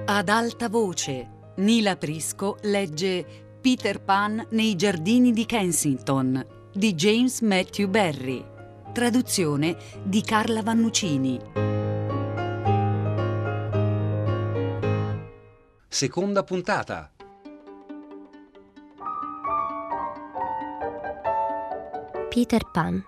Ad alta voce, Nila Prisco legge Peter Pan nei giardini di Kensington di James Matthew Barrie. Traduzione di Carla Vannucini. Seconda puntata. Peter Pan.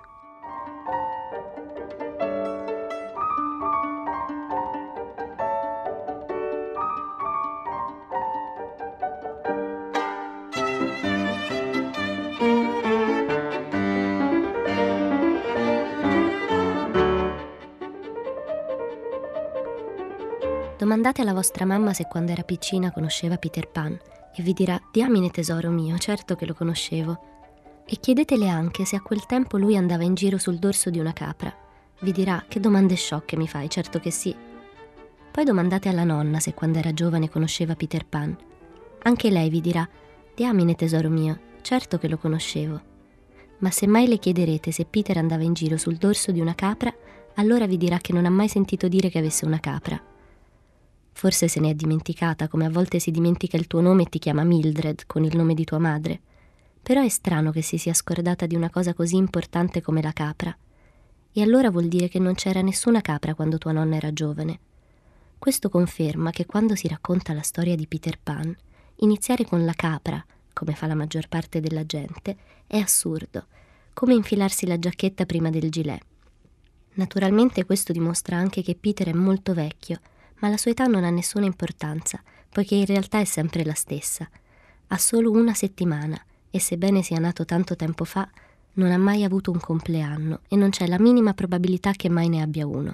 Domandate alla vostra mamma se quando era piccina conosceva Peter Pan e vi dirà: diamine tesoro mio, certo che lo conoscevo. E chiedetele anche se a quel tempo lui andava in giro sul dorso di una capra. Vi dirà: che domande sciocche mi fai, certo che sì. Poi domandate alla nonna se quando era giovane conosceva Peter Pan. Anche lei vi dirà: diamine tesoro mio, certo che lo conoscevo. Ma se mai le chiederete se Peter andava in giro sul dorso di una capra, allora vi dirà che non ha mai sentito dire che avesse una capra. Forse se ne è dimenticata, come a volte si dimentica il tuo nome e ti chiama Mildred con il nome di tua madre. Però è strano che si sia scordata di una cosa così importante come la capra. E allora vuol dire che non c'era nessuna capra quando tua nonna era giovane. Questo conferma che quando si racconta la storia di Peter Pan, iniziare con la capra, come fa la maggior parte della gente, è assurdo, come infilarsi la giacchetta prima del gilet. Naturalmente questo dimostra anche che Peter è molto vecchio, ma la sua età non ha nessuna importanza, poiché in realtà è sempre la stessa. Ha solo una settimana e, sebbene sia nato tanto tempo fa, non ha mai avuto un compleanno e non c'è la minima probabilità che mai ne abbia uno.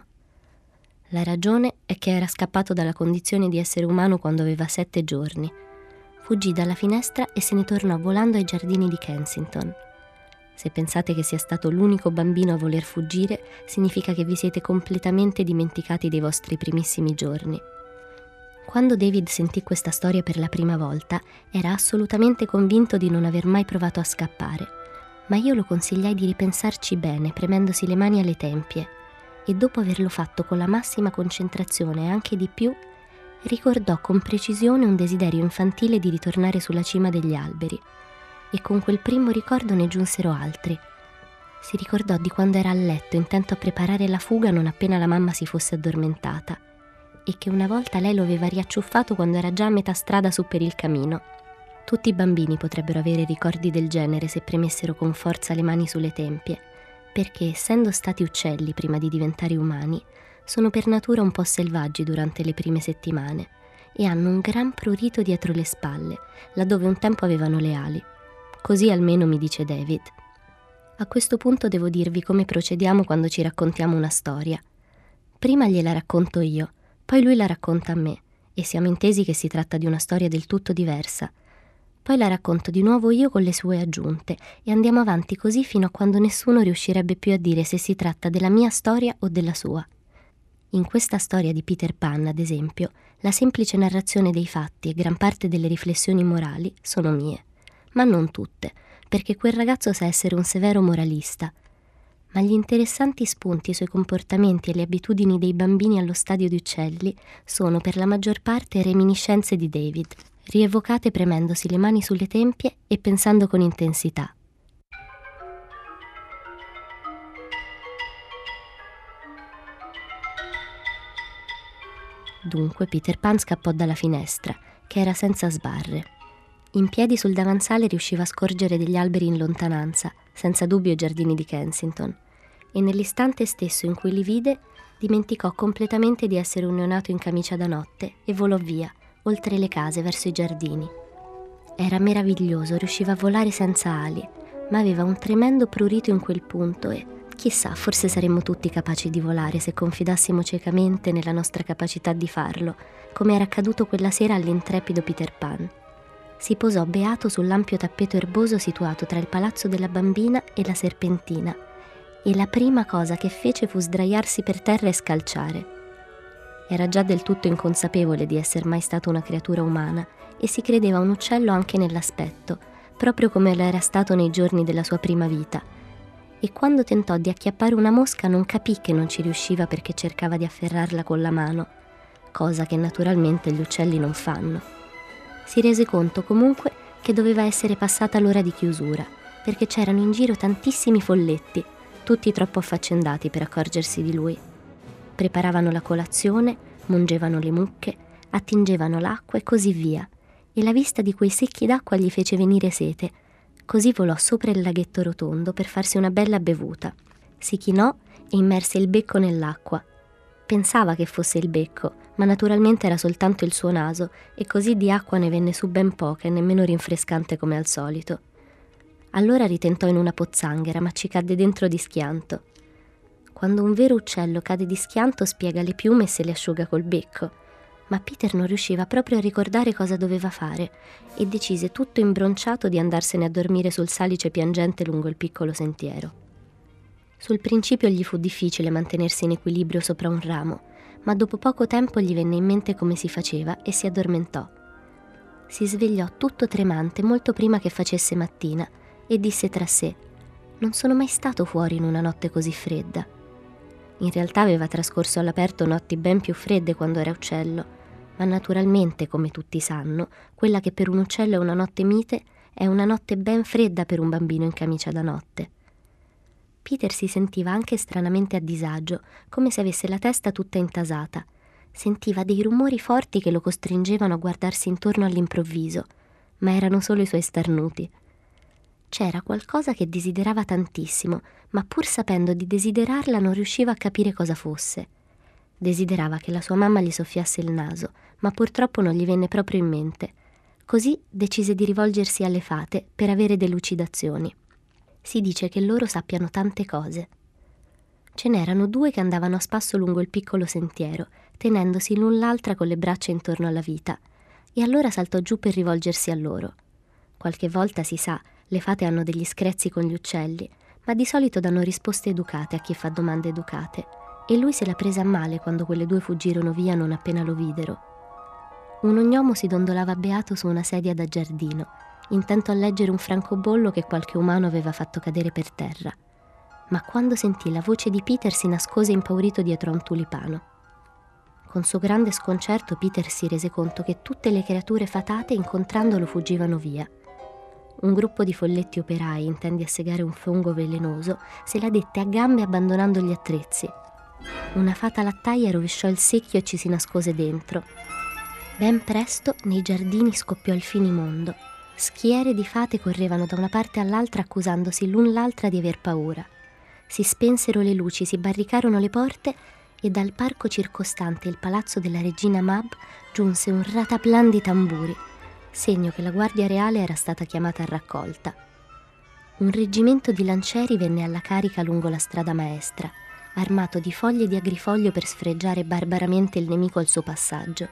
La ragione è che era scappato dalla condizione di essere umano quando aveva 7 giorni. Fuggì dalla finestra e se ne tornò volando ai giardini di Kensington. Se pensate che sia stato l'unico bambino a voler fuggire, significa che vi siete completamente dimenticati dei vostri primissimi giorni. Quando David sentì questa storia per la prima volta, era assolutamente convinto di non aver mai provato a scappare, ma io lo consigliai di ripensarci bene, premendosi le mani alle tempie, e dopo averlo fatto con la massima concentrazione e anche di più, ricordò con precisione un desiderio infantile di ritornare sulla cima degli alberi. E con quel primo ricordo ne giunsero altri. Si ricordò di quando era a letto, intento a preparare la fuga non appena la mamma si fosse addormentata, e che una volta lei lo aveva riacciuffato quando era già a metà strada su per il camino. Tutti i bambini potrebbero avere ricordi del genere se premessero con forza le mani sulle tempie, perché, essendo stati uccelli prima di diventare umani, sono per natura un po' selvaggi durante le prime settimane e hanno un gran prurito dietro le spalle, laddove un tempo avevano le ali. Così almeno mi dice David. A questo punto devo dirvi come procediamo quando ci raccontiamo una storia. Prima gliela racconto io, poi lui la racconta a me, e siamo intesi che si tratta di una storia del tutto diversa. Poi la racconto di nuovo io con le sue aggiunte, e andiamo avanti così fino a quando nessuno riuscirebbe più a dire se si tratta della mia storia o della sua. In questa storia di Peter Pan, ad esempio, la semplice narrazione dei fatti e gran parte delle riflessioni morali sono mie. Ma non tutte, perché quel ragazzo sa essere un severo moralista. Ma gli interessanti spunti sui comportamenti e le abitudini dei bambini allo stadio di uccelli sono per la maggior parte reminiscenze di David, rievocate premendosi le mani sulle tempie e pensando con intensità. Dunque Peter Pan scappò dalla finestra, che era senza sbarre. In piedi sul davanzale riusciva a scorgere degli alberi in lontananza, senza dubbio i giardini di Kensington, e nell'istante stesso in cui li vide, dimenticò completamente di essere un neonato in camicia da notte e volò via, oltre le case, verso i giardini. Era meraviglioso, riusciva a volare senza ali, ma aveva un tremendo prurito in quel punto e, chissà, forse saremmo tutti capaci di volare se confidassimo ciecamente nella nostra capacità di farlo, come era accaduto quella sera all'intrepido Peter Pan. Si posò beato sull'ampio tappeto erboso situato tra il palazzo della bambina e la serpentina, e la prima cosa che fece fu sdraiarsi per terra e scalciare. Era già del tutto inconsapevole di essere mai stato una creatura umana e si credeva un uccello anche nell'aspetto, proprio come lo era stato nei giorni della sua prima vita. E quando tentò di acchiappare una mosca non capì che non ci riusciva perché cercava di afferrarla con la mano. cosa che naturalmente gli uccelli non fanno. Si rese conto comunque che doveva essere passata l'ora di chiusura, perché c'erano in giro tantissimi folletti, tutti troppo affaccendati per accorgersi di lui. Preparavano la colazione, mungevano le mucche, attingevano l'acqua e così via, e la vista di quei secchi d'acqua gli fece venire sete. Così volò sopra il laghetto rotondo per farsi una bella bevuta. Si chinò e immerse il becco nell'acqua. Pensava che fosse il becco, ma naturalmente era soltanto il suo naso, e così di acqua ne venne su ben poca e nemmeno rinfrescante come al solito. Allora ritentò in una pozzanghera, ma ci cadde dentro di schianto. Quando un vero uccello cade di schianto spiega le piume e se le asciuga col becco, ma Peter non riusciva proprio a ricordare cosa doveva fare e decise tutto imbronciato di andarsene a dormire sul salice piangente lungo il piccolo sentiero. Sul principio gli fu difficile mantenersi in equilibrio sopra un ramo, ma dopo poco tempo gli venne in mente come si faceva e si addormentò. Si svegliò tutto tremante molto prima che facesse mattina e disse tra sé: «Non sono mai stato fuori in una notte così fredda». In realtà aveva trascorso all'aperto notti ben più fredde quando era uccello, ma naturalmente, come tutti sanno, quella che per un uccello è una notte mite è una notte ben fredda per un bambino in camicia da notte. Peter si sentiva anche stranamente a disagio, come se avesse la testa tutta intasata. Sentiva dei rumori forti che lo costringevano a guardarsi intorno all'improvviso, ma erano solo i suoi starnuti. C'era qualcosa che desiderava tantissimo, ma pur sapendo di desiderarla non riusciva a capire cosa fosse. Desiderava che la sua mamma gli soffiasse il naso, ma purtroppo non gli venne proprio in mente. Così decise di rivolgersi alle fate per avere delucidazioni. Si dice che loro sappiano tante cose. Ce n'erano due che andavano a spasso lungo il piccolo sentiero, tenendosi l'un l'altra con le braccia intorno alla vita, e allora saltò giù per rivolgersi a loro. Qualche volta, si sa, le fate hanno degli screzi con gli uccelli, ma di solito danno risposte educate a chi fa domande educate, e lui se la prese a male quando quelle due fuggirono via non appena lo videro. Un ognomo si dondolava beato su una sedia da giardino, intento a leggere un francobollo che qualche umano aveva fatto cadere per terra. Ma quando sentì la voce di Peter si nascose impaurito dietro a un tulipano. Con suo grande sconcerto Peter si rese conto che tutte le creature fatate incontrandolo fuggivano via. Un gruppo di folletti operai intendi a segare un fungo velenoso se la dette a gambe abbandonando gli attrezzi. Una fata lattaia rovesciò il secchio e ci si nascose dentro. Ben presto nei giardini scoppiò il finimondo. Schiere di fate correvano da una parte all'altra accusandosi l'un l'altra di aver paura. Si spensero le luci, si barricarono le porte e dal parco circostante il palazzo della regina Mab giunse un rataplan di tamburi, segno che la guardia reale era stata chiamata a raccolta. Un reggimento di lancieri venne alla carica lungo la strada maestra, armato di foglie di agrifoglio per sfregiare barbaramente il nemico al suo passaggio.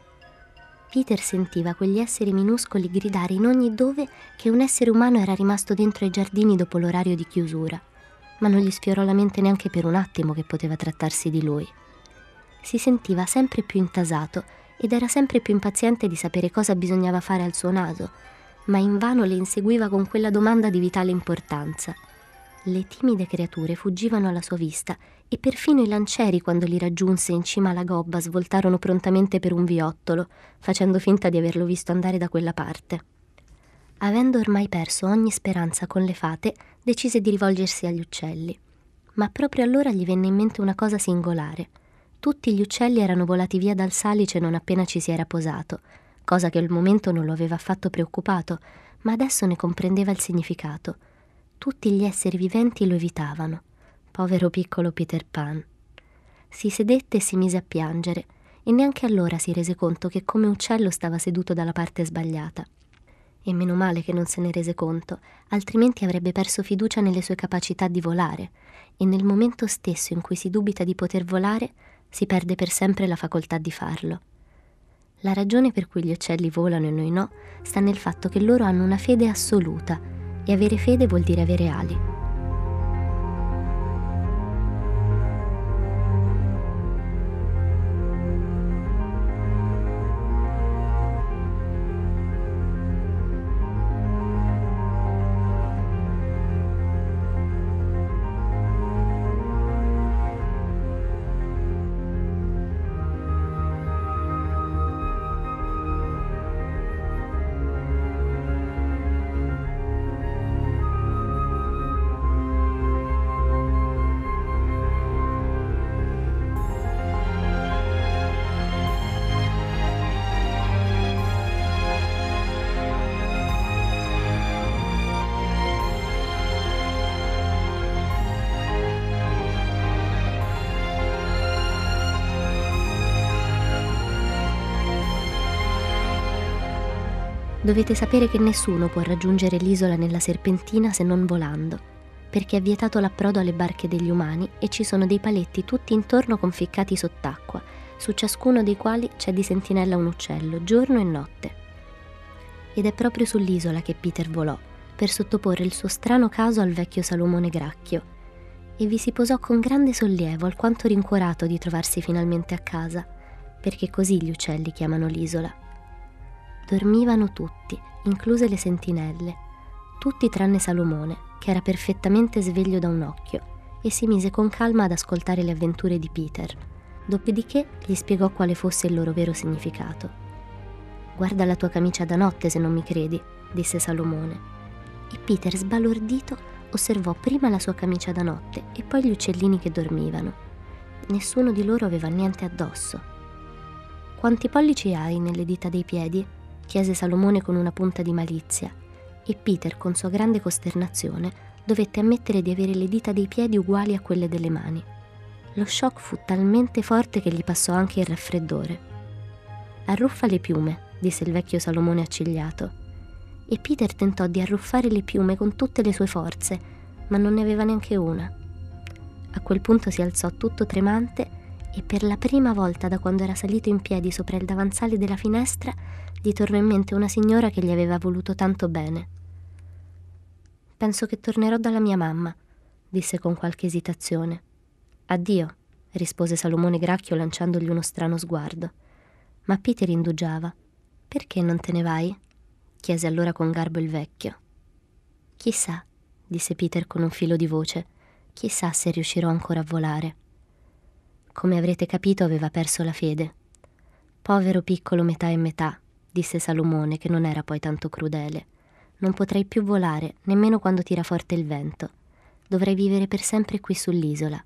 Peter sentiva quegli esseri minuscoli gridare in ogni dove che un essere umano era rimasto dentro ai giardini dopo l'orario di chiusura, ma non gli sfiorò la mente neanche per un attimo che poteva trattarsi di lui. Si sentiva sempre più intasato ed era sempre più impaziente di sapere cosa bisognava fare al suo naso, ma invano le inseguiva con quella domanda di vitale importanza. Le timide creature fuggivano alla sua vista e perfino i lancieri, quando li raggiunse in cima alla gobba, svoltarono prontamente per un viottolo, facendo finta di averlo visto andare da quella parte. Avendo ormai perso ogni speranza con le fate, decise di rivolgersi agli uccelli. Ma proprio allora gli venne in mente una cosa singolare. Tutti gli uccelli erano volati via dal salice non appena ci si era posato, cosa che al momento non lo aveva affatto preoccupato, ma adesso ne comprendeva il significato. Tutti gli esseri viventi lo evitavano. Povero piccolo Peter Pan. Si sedette e si mise a piangere, e neanche allora si rese conto che come uccello stava seduto dalla parte sbagliata. E meno male che non se ne rese conto, altrimenti avrebbe perso fiducia nelle sue capacità di volare, e nel momento stesso in cui si dubita di poter volare, si perde per sempre la facoltà di farlo. La ragione per cui gli uccelli volano e noi no sta nel fatto che loro hanno una fede assoluta, e avere fede vuol dire avere ali. Dovete sapere che nessuno può raggiungere l'isola nella serpentina se non volando, perché è vietato l'approdo alle barche degli umani e ci sono dei paletti tutti intorno conficcati sott'acqua, su ciascuno dei quali c'è di sentinella un uccello, giorno e notte. Ed è proprio sull'isola che Peter volò, per sottoporre il suo strano caso al vecchio Salomone Gracchio, e vi si posò con grande sollievo, alquanto rincuorato di trovarsi finalmente a casa, perché così gli uccelli chiamano l'isola. Dormivano tutti, incluse le sentinelle, tutti tranne Salomone, che era perfettamente sveglio da un occhio, e si mise con calma ad ascoltare le avventure di Peter. Dopodiché gli spiegò quale fosse il loro vero significato. «Guarda la tua camicia da notte se non mi credi», disse Salomone. E Peter, sbalordito, osservò prima la sua camicia da notte e poi gli uccellini che dormivano. Nessuno di loro aveva niente addosso. «Quanti pollici hai nelle dita dei piedi?» chiese Salomone con una punta di malizia, e Peter, con sua grande costernazione, dovette ammettere di avere le dita dei piedi uguali a quelle delle mani. Lo shock fu talmente forte che gli passò anche il raffreddore. «Arruffa le piume», disse il vecchio Salomone accigliato. E Peter tentò di arruffare le piume con tutte le sue forze, ma non ne aveva neanche una. A quel punto si alzò tutto tremante e per la prima volta da quando era salito in piedi sopra il davanzale della finestra gli tornò in mente una signora che gli aveva voluto tanto bene. «Penso che tornerò dalla mia mamma», disse con qualche esitazione. «Addio», rispose Salomone Gracchio lanciandogli uno strano sguardo. Ma Peter indugiava. «Perché non te ne vai?» chiese allora con garbo il vecchio. «Chissà», disse Peter con un filo di voce, «chissà se riuscirò ancora a volare». Come avrete capito, aveva perso la fede. «Povero piccolo metà e metà», disse Salomone, che non era poi tanto crudele. «Non potrai più volare, nemmeno quando tira forte il vento. Dovrai vivere per sempre qui sull'isola».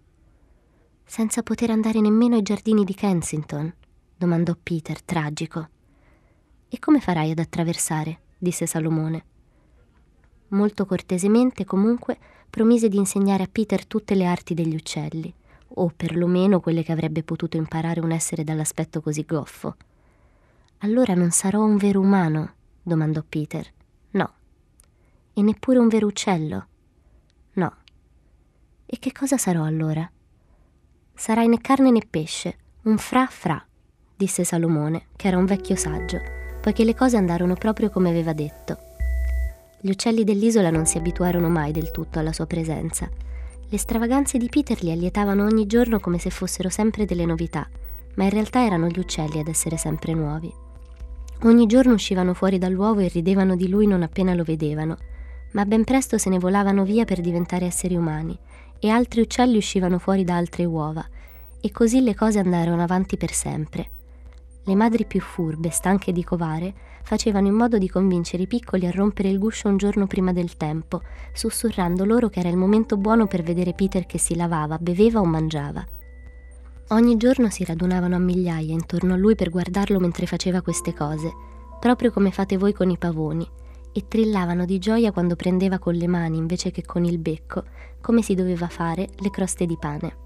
«Senza poter andare nemmeno ai giardini di Kensington?» domandò Peter, tragico. «E come farai ad attraversare?» disse Salomone. Molto cortesemente, comunque, promise di insegnare a Peter tutte le arti degli uccelli, o perlomeno quelle che avrebbe potuto imparare un essere dall'aspetto così goffo. «Allora non sarò un vero umano?» domandò Peter. «No». «E neppure un vero uccello?» «No». «E che cosa sarò allora?» «Sarai né carne né pesce, un fra-fra», disse Salomone, che era un vecchio saggio, poiché le cose andarono proprio come aveva detto. Gli uccelli dell'isola non si abituarono mai del tutto alla sua presenza. Le stravaganze di Peter li allietavano ogni giorno come se fossero sempre delle novità, ma in realtà erano gli uccelli ad essere sempre nuovi. Ogni giorno uscivano fuori dall'uovo e ridevano di lui non appena lo vedevano, ma ben presto se ne volavano via per diventare esseri umani, e altri uccelli uscivano fuori da altre uova, e così le cose andarono avanti per sempre. Le madri più furbe, stanche di covare, facevano in modo di convincere i piccoli a rompere il guscio un giorno prima del tempo, sussurrando loro che era il momento buono per vedere Peter che si lavava, beveva o mangiava. Ogni giorno si radunavano a migliaia intorno a lui per guardarlo mentre faceva queste cose, proprio come fate voi con i pavoni, e trillavano di gioia quando prendeva con le mani invece che con il becco, come si doveva fare, le croste di pane.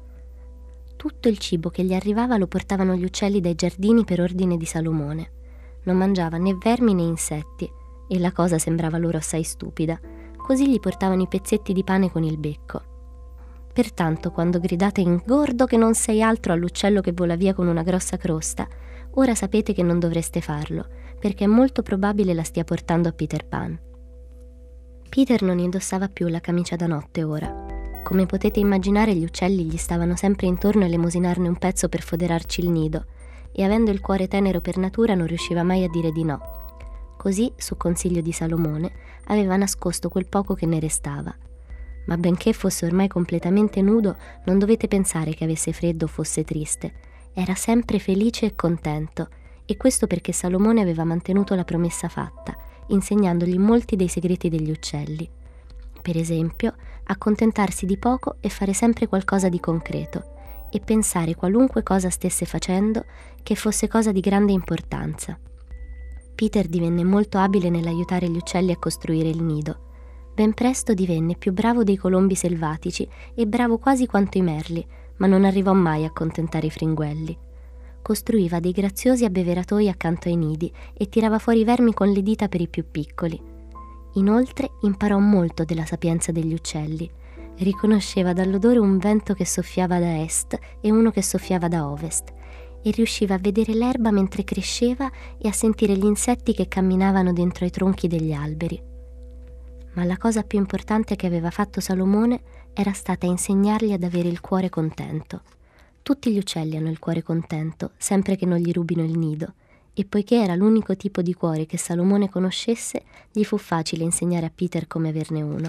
Tutto il cibo che gli arrivava lo portavano gli uccelli dai giardini per ordine di Salomone. Non mangiava né vermi né insetti, e la cosa sembrava loro assai stupida. Così gli portavano i pezzetti di pane con il becco. Pertanto, quando gridate ingordo che non sei altro all'uccello che vola via con una grossa crosta, ora sapete che non dovreste farlo, perché è molto probabile la stia portando a Peter Pan. Peter non indossava più la camicia da notte ora. Come potete immaginare, gli uccelli gli stavano sempre intorno a elemosinarne un pezzo per foderarci il nido, e avendo il cuore tenero per natura non riusciva mai a dire di no. Così, su consiglio di Salomone, aveva nascosto quel poco che ne restava. Ma benché fosse ormai completamente nudo, non dovete pensare che avesse freddo o fosse triste. Era sempre felice e contento, e questo perché Salomone aveva mantenuto la promessa fatta, insegnandogli molti dei segreti degli uccelli. Per esempio, accontentarsi di poco e fare sempre qualcosa di concreto, e pensare qualunque cosa stesse facendo che fosse cosa di grande importanza. Peter divenne molto abile nell'aiutare gli uccelli a costruire il nido. Ben presto divenne più bravo dei colombi selvatici e bravo quasi quanto i merli, ma non arrivò mai a accontentare i fringuelli. costruiva dei graziosi abbeveratoi accanto ai nidi e tirava fuori i vermi con le dita per i più piccoli. Inoltre imparò molto della sapienza degli uccelli. Riconosceva dall'odore un vento che soffiava da est e uno che soffiava da ovest, e riusciva a vedere l'erba mentre cresceva e a sentire gli insetti che camminavano dentro ai tronchi degli alberi. Ma la cosa più importante che aveva fatto Salomone era stata insegnargli ad avere il cuore contento. Tutti gli uccelli hanno il cuore contento, sempre che non gli rubino il nido, e poiché era l'unico tipo di cuore che Salomone conoscesse, gli fu facile insegnare a Peter come averne uno.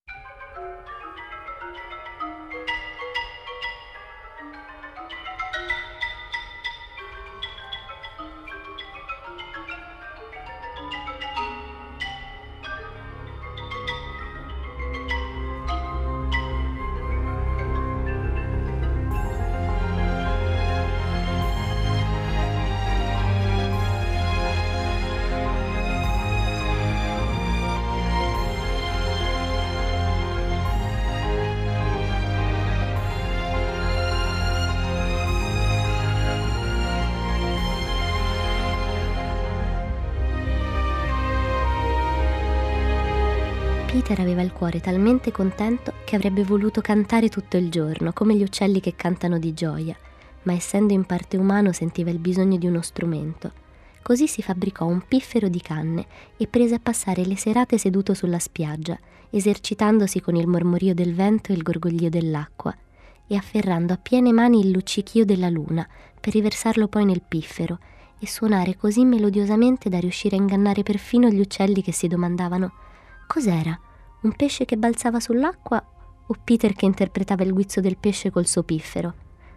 Peter aveva il cuore talmente contento che avrebbe voluto cantare tutto il giorno, come gli uccelli che cantano di gioia, ma essendo in parte umano sentiva il bisogno di uno strumento. Così si fabbricò un piffero di canne e prese a passare le serate seduto sulla spiaggia, esercitandosi con il mormorio del vento e il gorgoglio dell'acqua, e afferrando a piene mani il luccichio della luna per riversarlo poi nel piffero e suonare così melodiosamente da riuscire a ingannare perfino gli uccelli che si domandavano: cos'era? Un pesce che balzava sull'acqua o Peter che interpretava il guizzo del pesce col suo piffero?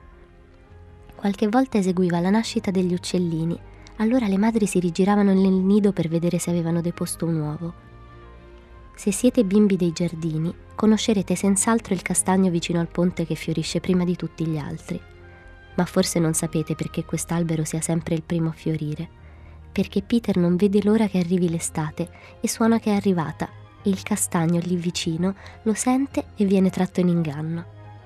Qualche volta eseguiva la nascita degli uccellini, allora le madri si rigiravano nel nido per vedere se avevano deposto un uovo. Se siete bimbi dei giardini, conoscerete senz'altro il castagno vicino al ponte che fiorisce prima di tutti gli altri. Ma forse non sapete perché quest'albero sia sempre il primo a fiorire. Perché Peter non vede l'ora che arrivi l'estate e suona che è arrivata, e il castagno lì vicino lo sente e viene tratto in inganno.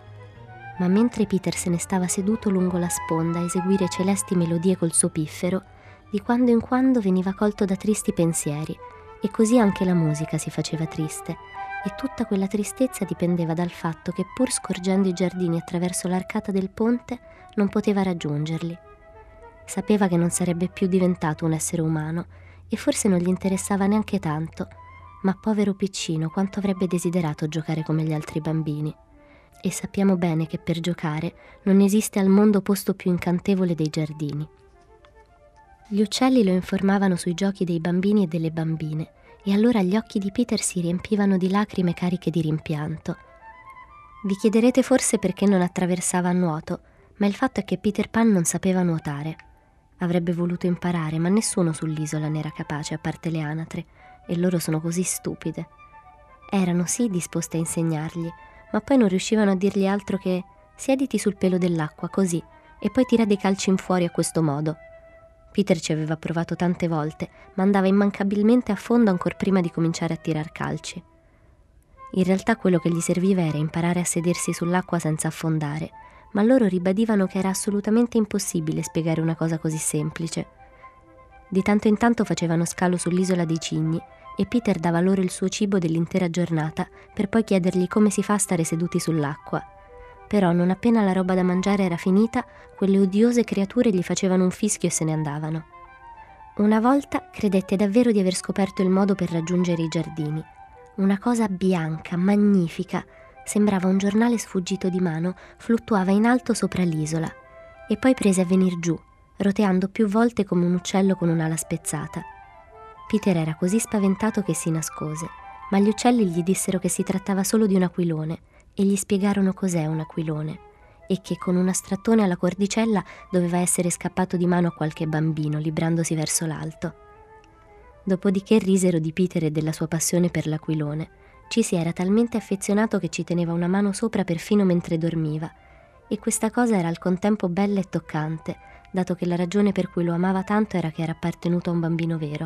Ma mentre Peter se ne stava seduto lungo la sponda a eseguire celesti melodie col suo piffero, di quando in quando veniva colto da tristi pensieri, e così anche la musica si faceva triste, e tutta quella tristezza dipendeva dal fatto che pur scorgendo i giardini attraverso l'arcata del ponte non poteva raggiungerli. Sapeva che non sarebbe più diventato un essere umano e forse non gli interessava neanche tanto, ma povero piccino quanto avrebbe desiderato giocare come gli altri bambini. E sappiamo bene che per giocare non esiste al mondo posto più incantevole dei giardini. Gli uccelli lo informavano sui giochi dei bambini e delle bambine, e allora gli occhi di Peter si riempivano di lacrime cariche di rimpianto. Vi chiederete forse perché non attraversava a nuoto, ma il fatto è che Peter Pan non sapeva nuotare. Avrebbe voluto imparare, ma nessuno sull'isola ne era capace, a parte le anatre, e loro sono così stupide. Erano sì disposte a insegnargli, ma poi non riuscivano a dirgli altro che «siediti sul pelo dell'acqua, così, e poi tira dei calci in fuori a questo modo». Peter ci aveva provato tante volte, ma andava immancabilmente a fondo ancor prima di cominciare a tirar calci. In realtà quello che gli serviva era imparare a sedersi sull'acqua senza affondare, ma loro ribadivano che era assolutamente impossibile spiegare una cosa così semplice. Di tanto in tanto facevano scalo sull'isola dei cigni e Peter dava loro il suo cibo dell'intera giornata per poi chiedergli come si fa a stare seduti sull'acqua. Però non appena la roba da mangiare era finita, quelle odiose creature gli facevano un fischio e se ne andavano. Una volta credette davvero di aver scoperto il modo per raggiungere i giardini. Una cosa bianca, magnifica, sembrava un giornale sfuggito di mano, fluttuava in alto sopra l'isola e poi prese a venir giù, roteando più volte come un uccello con un'ala spezzata. Peter era così spaventato che si nascose, ma gli uccelli gli dissero che si trattava solo di un aquilone e gli spiegarono cos'è un aquilone e che con una strattone alla cordicella doveva essere scappato di mano a qualche bambino, librandosi verso l'alto. Dopodiché risero di Peter e della sua passione per l'aquilone. Ci si era talmente affezionato che ci teneva una mano sopra perfino mentre dormiva, e questa cosa era al contempo bella e toccante, dato che la ragione per cui lo amava tanto era che era appartenuto a un bambino vero.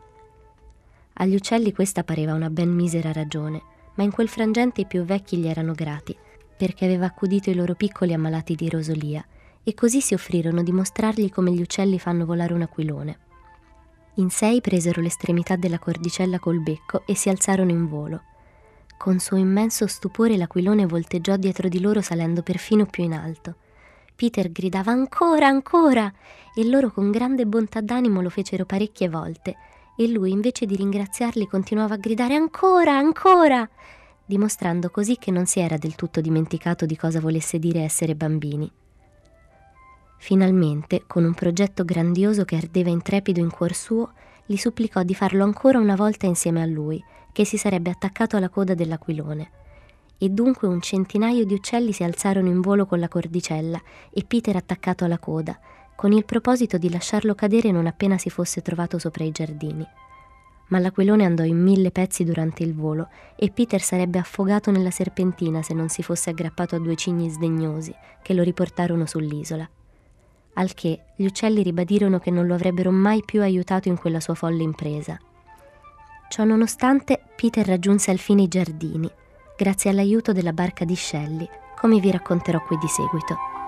Agli uccelli questa pareva una ben misera ragione, ma in quel frangente i più vecchi gli erano grati, perché aveva accudito i loro piccoli ammalati di rosolia, e così si offrirono di mostrargli come gli uccelli fanno volare un aquilone. In 6 presero l'estremità della cordicella col becco e si alzarono in volo. Con suo immenso stupore l'aquilone volteggiò dietro di loro salendo perfino più in alto. Peter gridava ancora, ancora, e loro con grande bontà d'animo lo fecero parecchie volte, e lui invece di ringraziarli continuava a gridare ancora, ancora, dimostrando così che non si era del tutto dimenticato di cosa volesse dire essere bambini. Finalmente, con un progetto grandioso che ardeva intrepido in cuor suo, gli supplicò di farlo ancora una volta insieme a lui, che si sarebbe attaccato alla coda dell'aquilone. E dunque un centinaio di uccelli si alzarono in volo con la cordicella e Peter attaccato alla coda, con il proposito di lasciarlo cadere non appena si fosse trovato sopra i giardini. Ma l'aquilone andò in 1000 pezzi durante il volo e Peter sarebbe affogato nella serpentina se non si fosse aggrappato a 2 cigni sdegnosi che lo riportarono sull'isola. Al che gli uccelli ribadirono che non lo avrebbero mai più aiutato in quella sua folle impresa. Ciò nonostante, Peter raggiunse alfine i giardini, grazie all'aiuto della barca di Shelley, come vi racconterò qui di seguito.